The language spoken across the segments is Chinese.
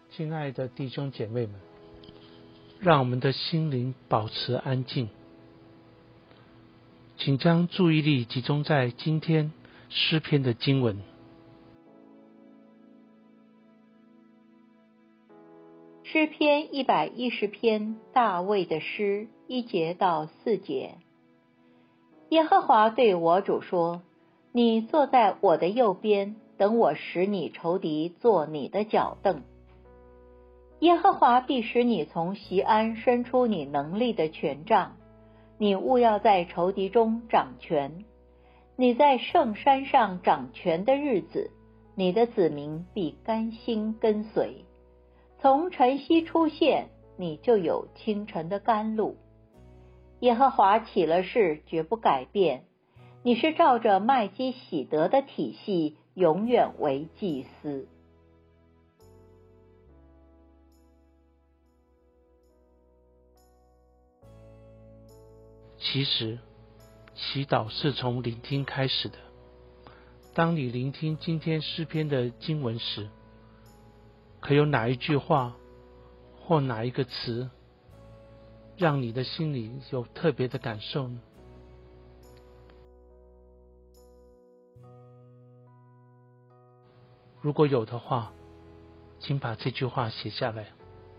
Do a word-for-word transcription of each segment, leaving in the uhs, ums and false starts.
亲爱的弟兄姐妹们，让我们的心灵保持安静，请将注意力集中在今天诗篇的经文。 诗篇一百一十篇，大卫的诗，一节到四节。耶和华对我主说：你坐在我的右边，等我使你仇敌坐你的脚凳。耶和华必使你从锡安伸出你能力的权杖，你务要在仇敌中掌权。你在圣山上掌权的日子，你的子民必甘心跟随。从晨曦出现，你就有清晨的甘露。耶和华起了誓，绝不改变。你是照着麦基洗德的体系，永远为祭司。 其实，祈祷是从聆听开始的。当你聆听今天诗篇的经文时，可有哪一句话或哪一个词让你的心里有特别的感受呢？如果有的话，请把这句话写下来，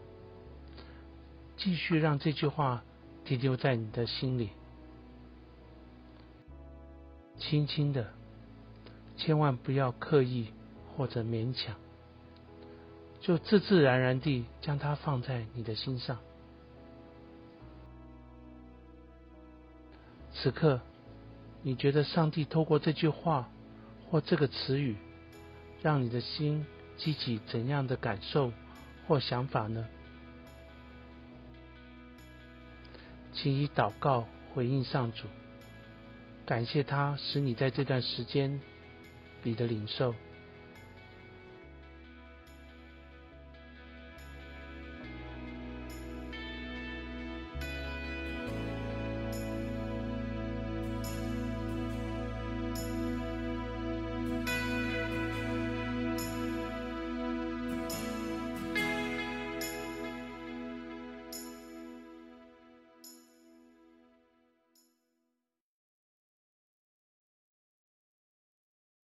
继续让这句话停留在你的心里，轻轻的，千万不要刻意或者勉强，就自自然然地将它放在你的心上。此刻，你觉得上帝透过这句话或这个词语，让你的心激起怎样的感受或想法呢？请以祷告回应上主，感谢他使你在这段时间里的领受。